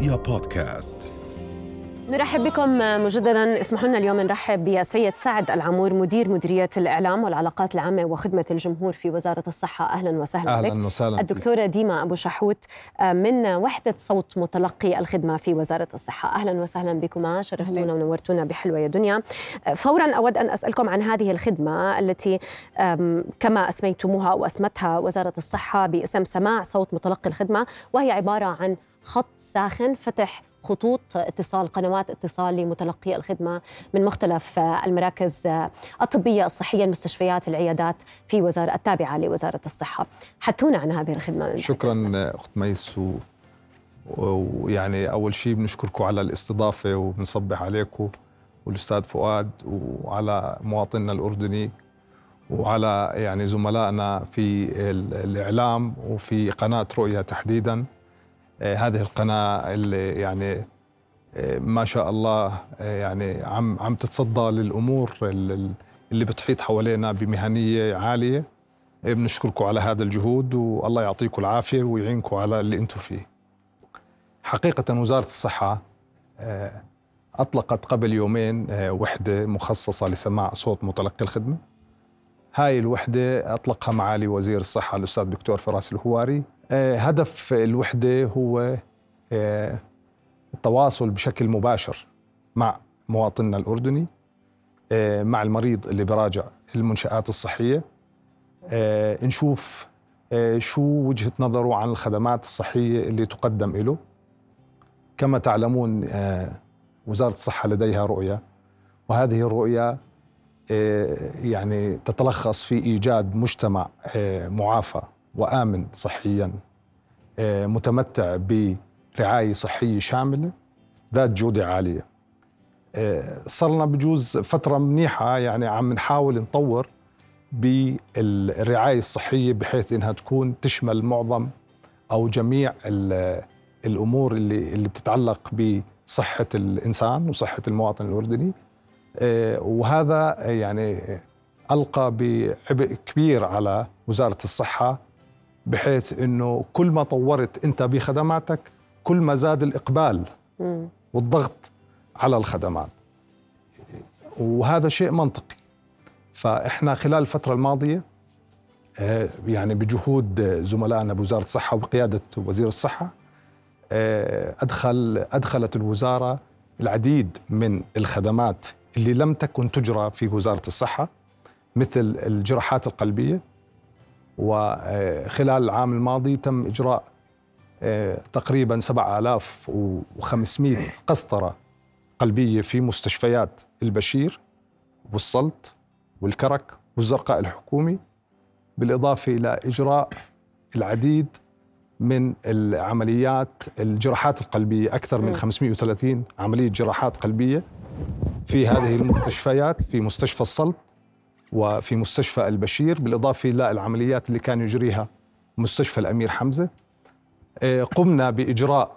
رؤيا بودكاست. نرحب بكم مجددا. اسمحوا لنا اليوم نرحب بالسيد سعد العمور، مدير مديرية الإعلام والعلاقات العامة وخدمة الجمهور في وزارة الصحة. أهلا وسهلا بك. أهلا وسهلا. الدكتورة ديما أبو شحوت من وحدة صوت متلقي الخدمة في وزارة الصحة. أهلا وسهلا بكما، شرفتونا ونورتونا بحلوة يا دنيا. فورا أود أن أسألكم عن هذه الخدمة التي كما أسميتموها أو أسمتها وزارة الصحة باسم سماع صوت متلقي الخدمة، وهي عبارة عن خط ساخن فتح خطوط اتصال، قنوات اتصال لمتلقي الخدمة من مختلف المراكز الطبية الصحية، المستشفيات، العيادات في وزارة التابعة لوزارة الصحة. حدثونا عن هذه الخدمة. شكرا أخت ميس، ويعني أول شيء بنشكركم على الاستضافة وبنصبح عليكم والأستاذ فؤاد وعلى مواطننا الأردني وعلى يعني زملائنا في الإعلام وفي قناة رؤيا تحديدا. هذه القناة اللي يعني ما شاء الله يعني عم تتصدى للأمور اللي بتحيط حوالينا بمهنية عالية. بنشكركم على هذا الجهود، والله يعطيكم العافية ويعينكم على اللي انتم فيه. حقيقة وزارة الصحة أطلقت قبل يومين وحدة مخصصة لسماع صوت متلقي الخدمة. هاي الوحدة أطلقها معالي وزير الصحة الأستاذ الدكتور فراس الهواري. هدف الوحدة هو التواصل بشكل مباشر مع مواطننا الأردني، مع المريض اللي براجع المنشآت الصحية، نشوف شو وجهة نظره عن الخدمات الصحية اللي تقدم له. كما تعلمون وزارة الصحة لديها رؤية، وهذه الرؤية يعني تتلخص في إيجاد مجتمع معافى وآمن صحياً، متمتع برعاية صحية شاملة ذات جودة عالية. صرنا بجوز فترة منيحة يعني عم نحاول نطور بالرعاية الصحية بحيث إنها تكون تشمل معظم أو جميع الأمور اللي بتتعلق بصحة الإنسان وصحة المواطن الأردني. وهذا يعني ألقى بعبء كبير على وزارة الصحة، بحيث أنه كل ما طورت أنت بخدماتك كل ما زاد الإقبال والضغط على الخدمات، وهذا شيء منطقي. فإحنا خلال الفترة الماضية يعني بجهود زملائنا بوزارة الصحة وبقيادة وزير الصحة أدخلت الوزارة العديد من الخدمات اللي لم تكن تجرى في وزارة الصحة، مثل الجراحات القلبية. وخلال العام الماضي تم إجراء تقريباً 7500 قسطرة قلبية في مستشفيات البشير والسلط والكرك والزرقاء الحكومي، بالإضافة إلى إجراء العديد من العمليات الجراحات القلبية، أكثر من 530 عملية جراحات قلبية في هذه المستشفيات، في مستشفى السلط وفي مستشفى البشير، بالإضافة إلى العمليات اللي كان يجريها مستشفى الأمير حمزة. قمنا بإجراء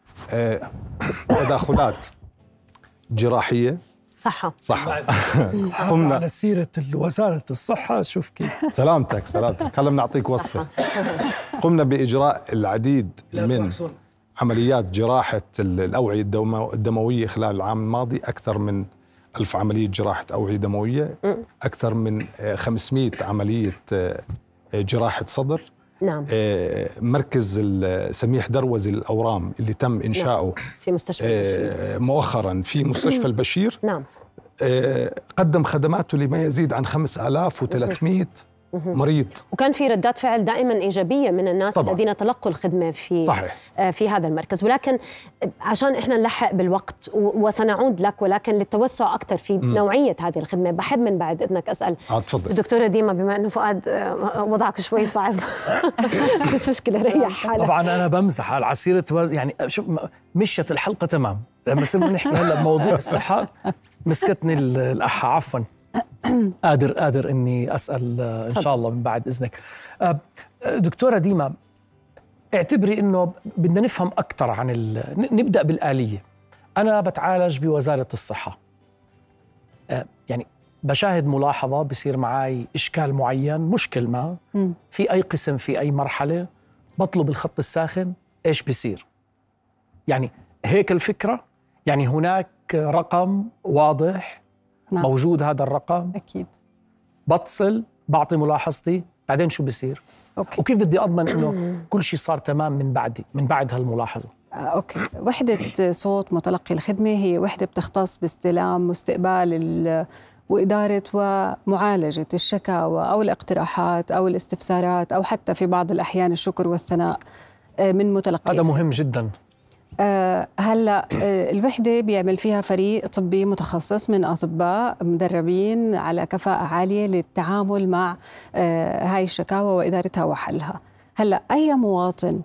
تداخلات جراحية. صح. قمنا على سيرة وزارة الصحة. شوف كيف. سلامتك هلا بنعطيك وصفة. قمنا بإجراء العديد من عمليات جراحة الأوعية الدموية خلال العام الماضي، أكثر من 1000 عملية جراحة أوعية دموية، أكثر من 500 عملية جراحة صدر. نعم. مركز سميح دروزي للأورام اللي تم إنشاؤه في مستشفى البشير مؤخرا في مستشفى البشير. نعم. قدم خدماته لما يزيد عن 5300 مريض، وكان في ردات فعل دائما إيجابية من الناس طبعا الذين تلقوا الخدمة في هذا المركز. ولكن عشان إحنا نلحق بالوقت وسنعود لك، ولكن للتوسع أكثر في نوعية هذه الخدمة، بحب من بعد إذنك أسأل الدكتورة ديما، بما أنه فؤاد وضعك شوي صعب مش مشكلة، ريح حالك. طبعا أنا بمزح على عسيرة يعني شوف مشيت الحلقة تمام. لما صرنا نحكي هلا بموضوع الصحة مسكتني الأحة، عفوا. قادر إني أسأل إن شاء الله من بعد إذنك. دكتورة ديما، اعتبري إنه بدنا نفهم أكثر عن نبدأ بالآلية. أنا بتعالج بوزارة الصحة، يعني بشاهد ملاحظة، بصير معي إشكال معين، مشكل ما في أي قسم في أي مرحلة، بطلب الخط الساخن، إيش بيصير؟ يعني هيك الفكرة؟ يعني هناك رقم واضح موجود هذا الرقم، أكيد بتصل بعطي ملاحظتي، بعدين شو بصير؟ أوكي. وكيف بدي أضمن إنه كل شيء صار تمام من بعد هالملاحظة؟ أوكي. وحدة صوت متلقي الخدمة هي وحدة بتختص باستلام واستقبال وإدارة ومعالجة الشكاوى أو الاقتراحات أو الاستفسارات أو حتى في بعض الأحيان الشكر والثناء من متلقي. هذا مهم جدا. هلا الوحدة بيعمل فيها فريق طبي متخصص من أطباء مدربين على كفاءة عالية للتعامل مع هاي الشكاوى وإدارتها وحلها. هلا أي مواطن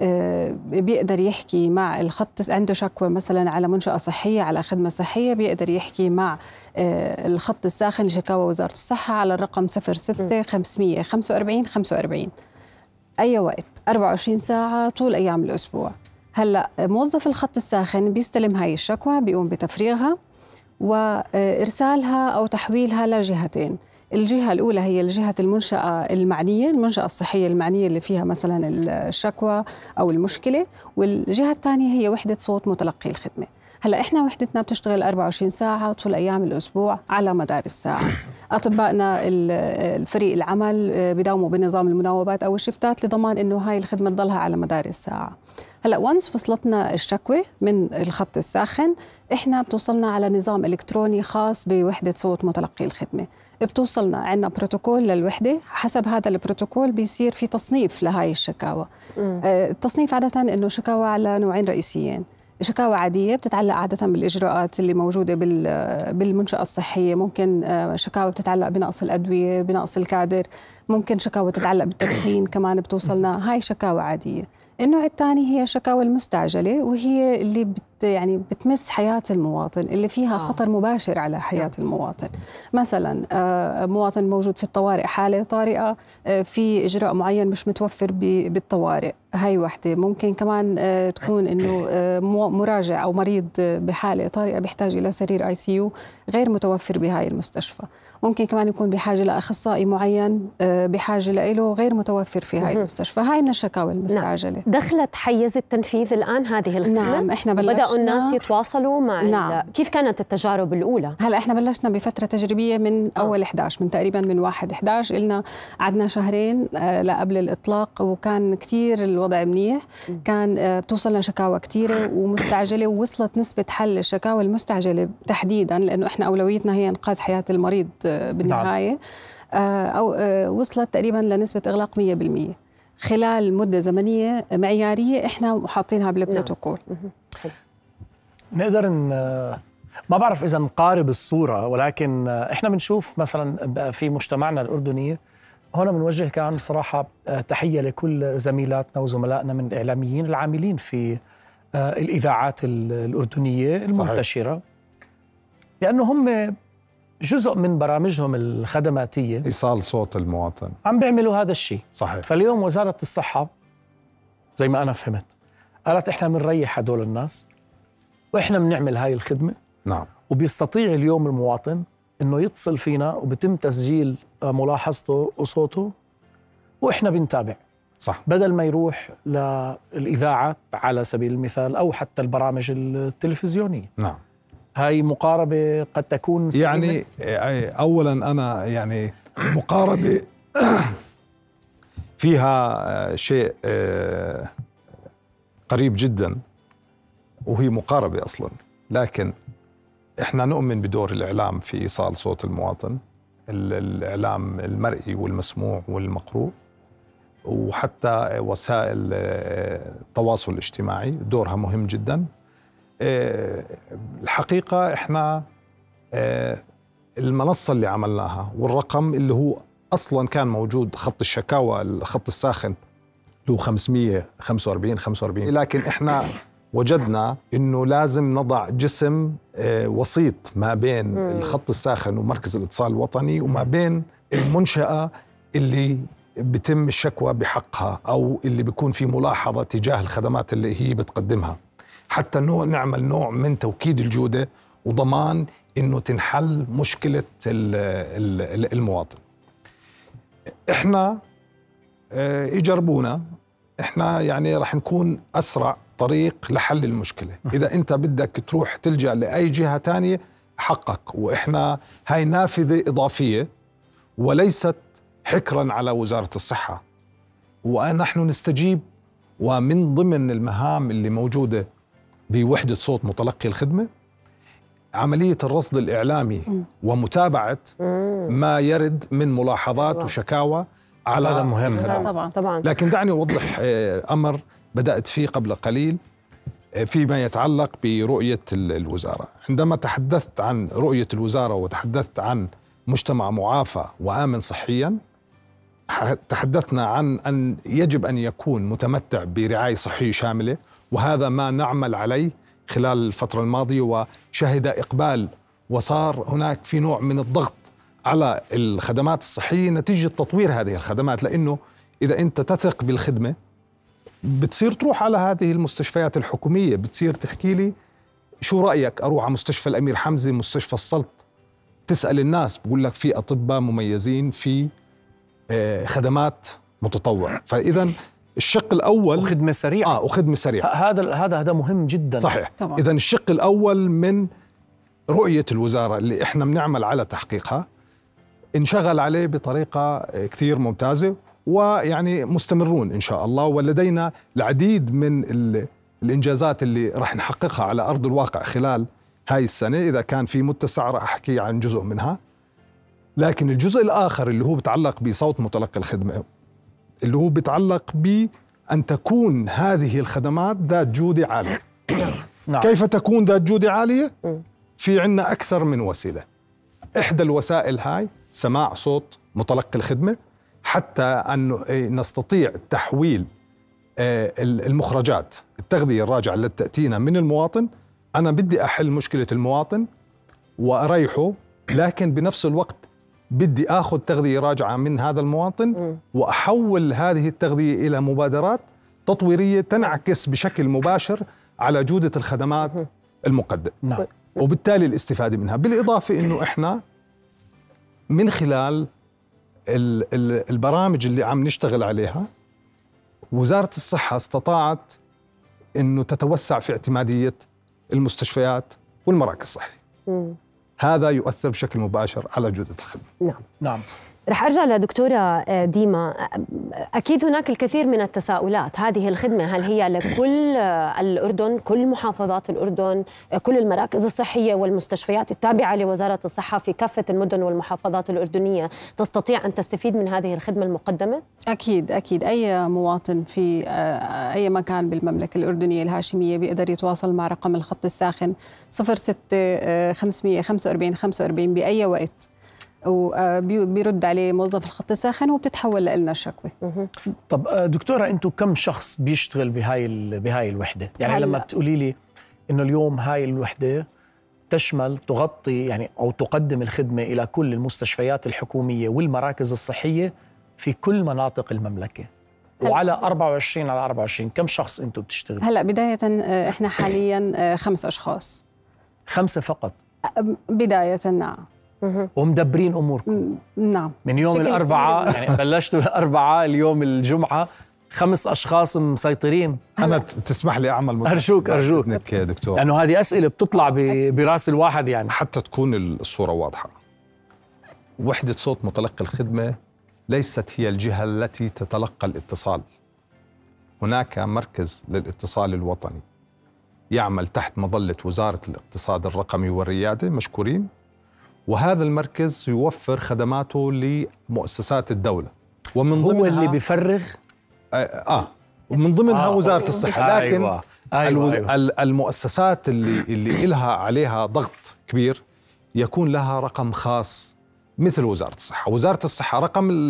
بيقدر يحكي مع الخط، عنده شكوى مثلا على منشأة صحية، على خدمة صحية، بيقدر يحكي مع الخط الساخن لشكاوى وزارة الصحة على الرقم 06 500 45 45 أي وقت 24 ساعة طول أيام الأسبوع. هلأ موظف الخط الساخن بيستلم هاي الشكوى، بيقوم بتفريغها وإرسالها أو تحويلها لجهتين. الجهة الأولى هي الجهة المنشأة المعنية، المنشأة الصحية المعنية اللي فيها مثلا الشكوى أو المشكلة، والجهة الثانية هي وحدة صوت متلقي الخدمة. هلأ إحنا وحدتنا بتشتغل 24 ساعة طول أيام الأسبوع على مدار الساعة. أطبائنا الفريق العمل بداوموا بنظام المناوبات أو الشفتات لضمان إنه هاي الخدمة تضلها على مدار الساعة. هلأ وانس وصلتنا الشكوى من الخط الساخن، إحنا بتوصلنا على نظام إلكتروني خاص بوحدة صوت متلقي الخدمة. بتوصلنا عندنا بروتوكول للوحدة، حسب هذا البروتوكول بيصير في تصنيف لهاي الشكاوى. التصنيف عادة إنه شكاوى على نوعين رئيسيين. شكاوى عادية بتتعلق عادة بالإجراءات اللي موجودة بالمنشأة الصحية، ممكن شكاوى بتتعلق بنقص الأدوية، بنقص الكادر، ممكن شكاوى تتعلق بالتدخين كمان بتوصلنا، هاي شكاوى عادية. النوع الثاني هي شكاوى المستعجلة، وهي اللي يعني بتمس حياة المواطن، اللي فيها خطر مباشر على حياة المواطن. مثلا مواطن موجود في الطوارئ، حالة طارئة، في إجراء معين مش متوفر بالطوارئ، هاي وحدة. ممكن كمان تكون إنه مراجع أو مريض بحالة طارئة بيحتاج إلى سرير ICU غير متوفر بهاي المستشفى. ممكن كمان يكون بحاجة لأخصائي معين بحاجة له غير متوفر في هاي المستشفى. هاي من الشكاوى المستعجلة. دخلت حيز التنفيذ الآن هذه الخدمة؟ نعم، إحنا بدأوا الناس يتواصلوا مع نعم. كيف كانت التجارب الأولى؟ هلا إحنا بلشنا بفترة تجريبية من أول 11، من تقريبا من 1/11، إلنا عدنا شهرين قبل الإطلاق، وكان كتير الوضع منيح. كان بتوصلنا شكاوى كتيرة ومستعجلة، ووصلت نسبة حل الشكاوى المستعجلة تحديدا، لأنه إحنا أولويتنا هي إنقاذ حياة المريض بالنهاية. أو وصلت تقريبا لنسبة إغلاق 100% خلال مدة زمنية معيارية إحنا حاطينها بالبروتوكول. نقدر ما بعرف إذا نقارب الصورة، ولكن إحنا بنشوف مثلا في مجتمعنا الأردني هنا بنوجه كان صراحة تحية لكل زميلاتنا وزملائنا من الإعلاميين العاملين في الإذاعات الأردنية المنتشرة. صحيح. لأنه هم جزء من برامجهم الخدماتية إيصال صوت المواطن، عم بيعملوا هذا الشيء. صحيح. فاليوم وزارة الصحة زي ما أنا فهمت قالت إحنا بنريح هدول الناس وإحنا بنعمل هاي الخدمة. نعم. وبيستطيع اليوم المواطن إنه يتصل فينا وبتم تسجيل ملاحظته وصوته وإحنا بنتابع. صح. بدل ما يروح للإذاعات على سبيل المثال أو حتى البرامج التلفزيونية. نعم. هاي مقاربة قد تكون يعني أولا أنا يعني مقاربة فيها شيء قريب جدا، وهي مقاربة أصلا، لكن إحنا نؤمن بدور الإعلام في إيصال صوت المواطن، الإعلام المرئي والمسموع والمقروء، وحتى وسائل التواصل الاجتماعي دورها مهم جدا. الحقيقة إحنا المنصة اللي عملناها والرقم اللي هو أصلا كان موجود، خط الشكاوى الخط الساخن اللي هو 545 لكن إحنا وجدنا إنه لازم نضع جسم وسيط ما بين الخط الساخن ومركز الاتصال الوطني وما بين المنشأة اللي بتم الشكوى بحقها أو اللي بيكون في ملاحظة تجاه الخدمات اللي هي بتقدمها، حتى نعمل نوع من توكيد الجودة وضمان إنه تنحل مشكلة المواطن. إحنا يجربونا، إحنا يعني رح نكون أسرع طريق لحل المشكلة. إذا أنت بدك تروح تلجأ لأي جهة تانية حقك، وإحنا هاي نافذة إضافية وليست حكرا على وزارة الصحة، ونحن نستجيب. ومن ضمن المهام اللي موجودة بوحدة صوت متلقي الخدمة عملية الرصد الإعلامي ومتابعة ما يرد من ملاحظات وشكاوى على هذا مهم. طبعا. لكن دعني أوضح أمر بدأت فيه قبل قليل فيما يتعلق برؤية الوزارة. عندما تحدثت عن رؤية الوزارة وتحدثت عن مجتمع معافى وآمن صحيا، تحدثنا عن أن يجب أن يكون متمتع برعاية صحية شاملة، وهذا ما نعمل عليه خلال الفترة الماضية، وشهد إقبال وصار هناك في نوع من الضغط على الخدمات الصحية نتيجة تطوير هذه الخدمات. لأنه إذا أنت تثق بالخدمة بتصير تروح على هذه المستشفيات الحكومية، بتصير تحكي لي شو رأيك أروح على مستشفى الأمير حمزة، مستشفى السلط، تسأل الناس بقول لك في أطباء مميزين، في خدمات متطورة. فإذا الشق الأول وخدمة سريعة. وخدمة سريعة، هذا مهم جدا. صحيح. إذا الشق الأول من رؤية الوزارة اللي إحنا بنعمل على تحقيقها انشغل عليه بطريقة كثير ممتازة، ويعني مستمرون إن شاء الله. ولدينا العديد من الإنجازات اللي راح نحققها على أرض الواقع خلال هاي السنة. إذا كان في متسع راح أحكي عن جزء منها، لكن الجزء الآخر اللي هو بتعلق بصوت متلقي الخدمة اللي هو بتعلق بأن تكون هذه الخدمات ذات جودة عالية. نعم. كيف تكون ذات جودة عالية؟ في عنا أكثر من وسيلة. إحدى الوسائل هاي سماع صوت متلقي الخدمة، حتى أن نستطيع تحويل المخرجات التغذية الراجعة التي تأتينا من المواطن. أنا بدي أحل مشكلة المواطن وأريحه، لكن بنفس الوقت بدي أخذ تغذية راجعة من هذا المواطن وأحول هذه التغذية إلى مبادرات تطويرية تنعكس بشكل مباشر على جودة الخدمات المقدمة. نعم. وبالتالي الاستفادة منها. بالإضافة أنه إحنا من خلال البرامج اللي عم نشتغل عليها وزارة الصحة استطاعت أنه تتوسع في اعتمادية المستشفيات والمراكز الصحية. هذا يؤثر بشكل مباشر على جودة الخدمة. نعم. رح أرجع لدكتورة ديما. أكيد هناك الكثير من التساؤلات. هذه الخدمة هل هي لكل الأردن، كل محافظات الأردن، كل المراكز الصحية والمستشفيات التابعة لوزارة الصحة في كافة المدن والمحافظات الأردنية تستطيع أن تستفيد من هذه الخدمة المقدمة؟ أكيد أي مواطن في أي مكان بالمملكة الأردنية الهاشمية بيقدر يتواصل مع رقم الخط الساخن 06 545 45 بأي وقت، وبيرد عليه موظف الخط الساخن وبتتحول لنا الشكوى. طب دكتورة، أنتم كم شخص بيشتغل بهاي الوحدة؟ يعني لما بتقولي لي إنه اليوم هاي الوحدة تشمل تغطي يعني أو تقدم الخدمة إلى كل المستشفيات الحكومية والمراكز الصحية في كل مناطق المملكة، وعلى 24/24 كم شخص أنتم بتشتغل؟ هلأ بداية إحنا حاليا 5 أشخاص. 5 فقط بداية؟ نعم. ومدبرين أموركم؟ نعم. من يوم الأربعاء يعني بلشتوا الأربعاء، اليوم الجمعة 5 أشخاص مسيطرين. أنا تسمح لي أعمل أرجوك يا دكتور، لأنه هذه أسئلة بتطلع براس الواحد يعني حتى تكون الصورة واضحة. وحدة صوت متلقي الخدمة ليست هي الجهة التي تتلقى الاتصال. هناك مركز للاتصال الوطني يعمل تحت مظلة وزارة الاقتصاد الرقمي والريادة، مشكورين، وهذا المركز يوفر خدماته لمؤسسات الدولة، ومن ضمنها هو اللي بيفرغ ومن ضمنها وزارة الصحة. لكن أيوة. المؤسسات اللي إلها عليها ضغط كبير يكون لها رقم خاص مثل وزارة الصحة. وزارة الصحة رقم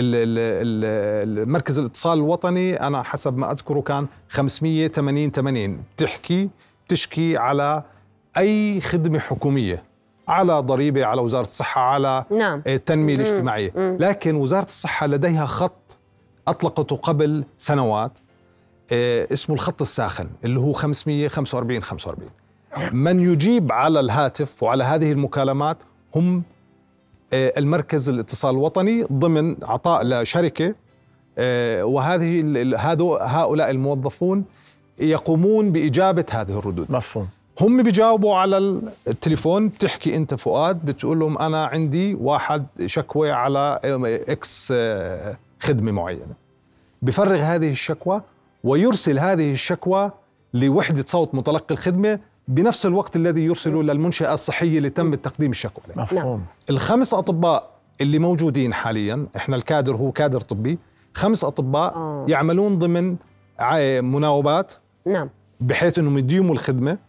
المركز الاتصال الوطني أنا حسب ما أذكره كان 580 تشكي على أي خدمة حكومية، على ضريبة، على وزارة الصحة، على التنمية الاجتماعية. لكن وزارة الصحة لديها خط أطلقته قبل سنوات اسمه الخط الساخن اللي هو 545. من يجيب على الهاتف وعلى هذه المكالمات هم المركز الاتصال الوطني ضمن عطاء لشركة، وهؤلاء الموظفون يقومون بإجابة هذه الردود. مفهوم. هم بيجاوبوا على التليفون، بتحكي أنت فؤاد، بتقول لهم أنا عندي واحد شكوى على إكس خدمة معينة، بفرغ هذه الشكوى ويرسل هذه الشكوى لوحدة صوت متلقي الخدمة بنفس الوقت الذي يرسله للمنشأة الصحية اللي تم تقديم الشكوى عليه. مفهوم. ال5 أطباء اللي موجودين حاليا، إحنا الكادر هو كادر طبي، 5 أطباء يعملون ضمن مناوبات، نعم، بحيث أنهم يديموا الخدمة،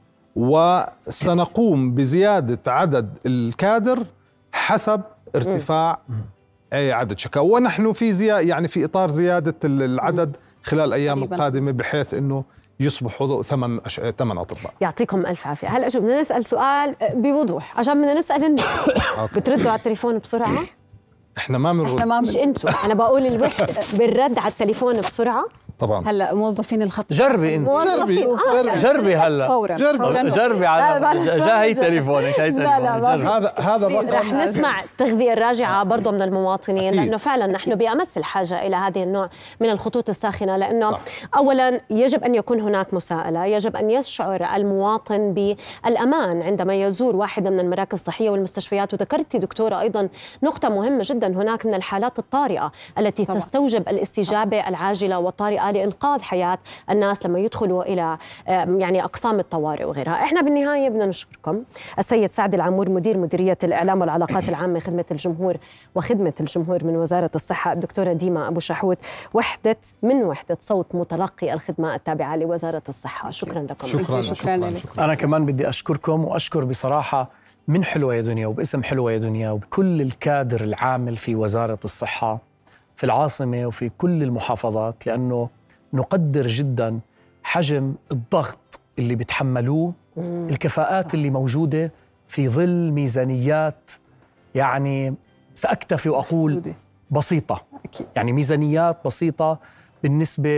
وسنقوم بزيادة عدد الكادر حسب ارتفاع عدد شكاوى، ونحن في يعني في إطار زيادة العدد خلال الأيام القادمة، بحيث أنه يصبحوا 8 أطباء. يعطيكم ألف عافية. هلأ بدنا نسأل سؤال بوضوح عشان بدنا نسأل الناس. بتردوا على التليفون بسرعة؟ احنا ما بنرد. مش انتوا، انا بقول الوحده بالرد على التليفون بسرعه. طبعا هلا موظفين الخط جربي انت، جربي هلا فورا جربي على جاي تليفونك، هاي تليفونك. هذا رح نسمع التغذيه الراجعه برضه من المواطنين، لانه فعلا نحن بامس الحاجه الى هذه النوع من الخطوط الساخنه، لانه اولا يجب ان يكون هناك مساءله، يجب ان يشعر المواطن بالامان عندما يزور واحده من المراكز الصحيه والمستشفيات. وذكرتي دكتوره ايضا نقطه مهمه جدا، هناك من الحالات الطارئه التي تستوجب الاستجابه العاجله والطارئه لإنقاذ حياة الناس لما يدخلوا إلى يعني أقسام الطوارئ وغيرها. إحنا بالنهاية بدنا نشكركم السيد سعد العمور، مديرية الإعلام والعلاقات العامة خدمة الجمهور وخدمة الجمهور من وزارة الصحة، الدكتورة ديما أبو شحوت، وحدة صوت متلقي الخدمة التابعة لوزارة الصحة. شكرا لكم. شكرا. أنا كمان بدي أشكركم، وأشكر بصراحة من حلوة يا دنيا وباسم حلوة يا دنيا وبكل الكادر العامل في وزارة الصحة في العاصمة وفي كل المحافظات، لأنه نقدر جدا حجم الضغط اللي بيتحملوه، الكفاءات اللي موجودة في ظل ميزانيات يعني سأكتفي وأقول بسيطة، يعني ميزانيات بسيطة بالنسبة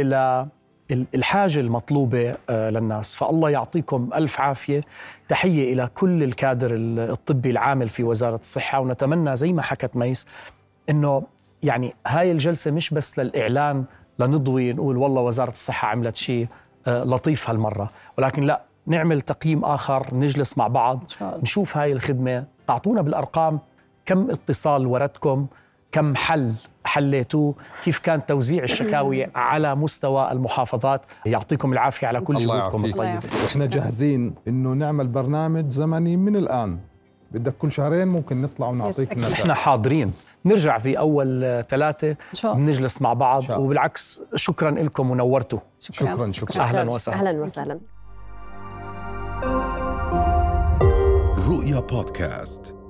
للحاجة المطلوبة للناس. فالله يعطيكم ألف عافية. تحية إلى كل الكادر الطبي العامل في وزارة الصحة، ونتمنى زي ما حكت ميس إنه يعني هاي الجلسة مش بس للإعلان لنضوي نقول والله وزارة الصحة عملت شيء لطيف هالمرة، ولكن لا، نعمل تقييم آخر، نجلس مع بعض نشوف هاي الخدمة، تعطونا بالأرقام كم اتصال وردكم، كم حل حليتوه، كيف كان توزيع الشكاوي على مستوى المحافظات. يعطيكم العافية على كل جهودكم الطيبة. وإحنا جاهزين إنه نعمل برنامج زمني من الآن، بدك كل شهرين ممكن نطلع ونعطيك نتائج. احنا حاضرين، نرجع في أول 3 نجلس مع بعض، وبالعكس شكرا لكم ونورتوا. شكرا. أهلا وسهلا. أهلا وسهلا. رؤيا بودكاست.